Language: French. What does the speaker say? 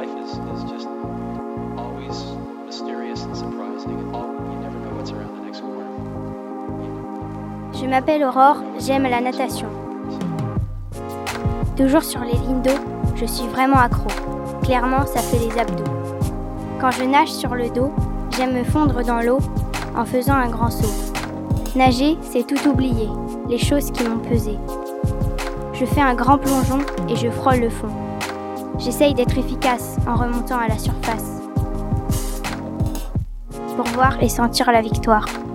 life is just always mysterious and surprising. You never know what's around the next corner. Je m'appelle Aurore, j'aime la natation. Toujours sur les lignes d'eau, je suis vraiment accro. Clairement, ça fait les abdos. Quand je nage sur le dos, j'aime me fondre dans l'eau en faisant un grand saut. Nager, c'est tout oublier, les choses qui m'ont pesé. Je fais un grand plongeon et je frôle le fond. J'essaye d'être efficace en remontant à la surface pour voir et sentir la victoire.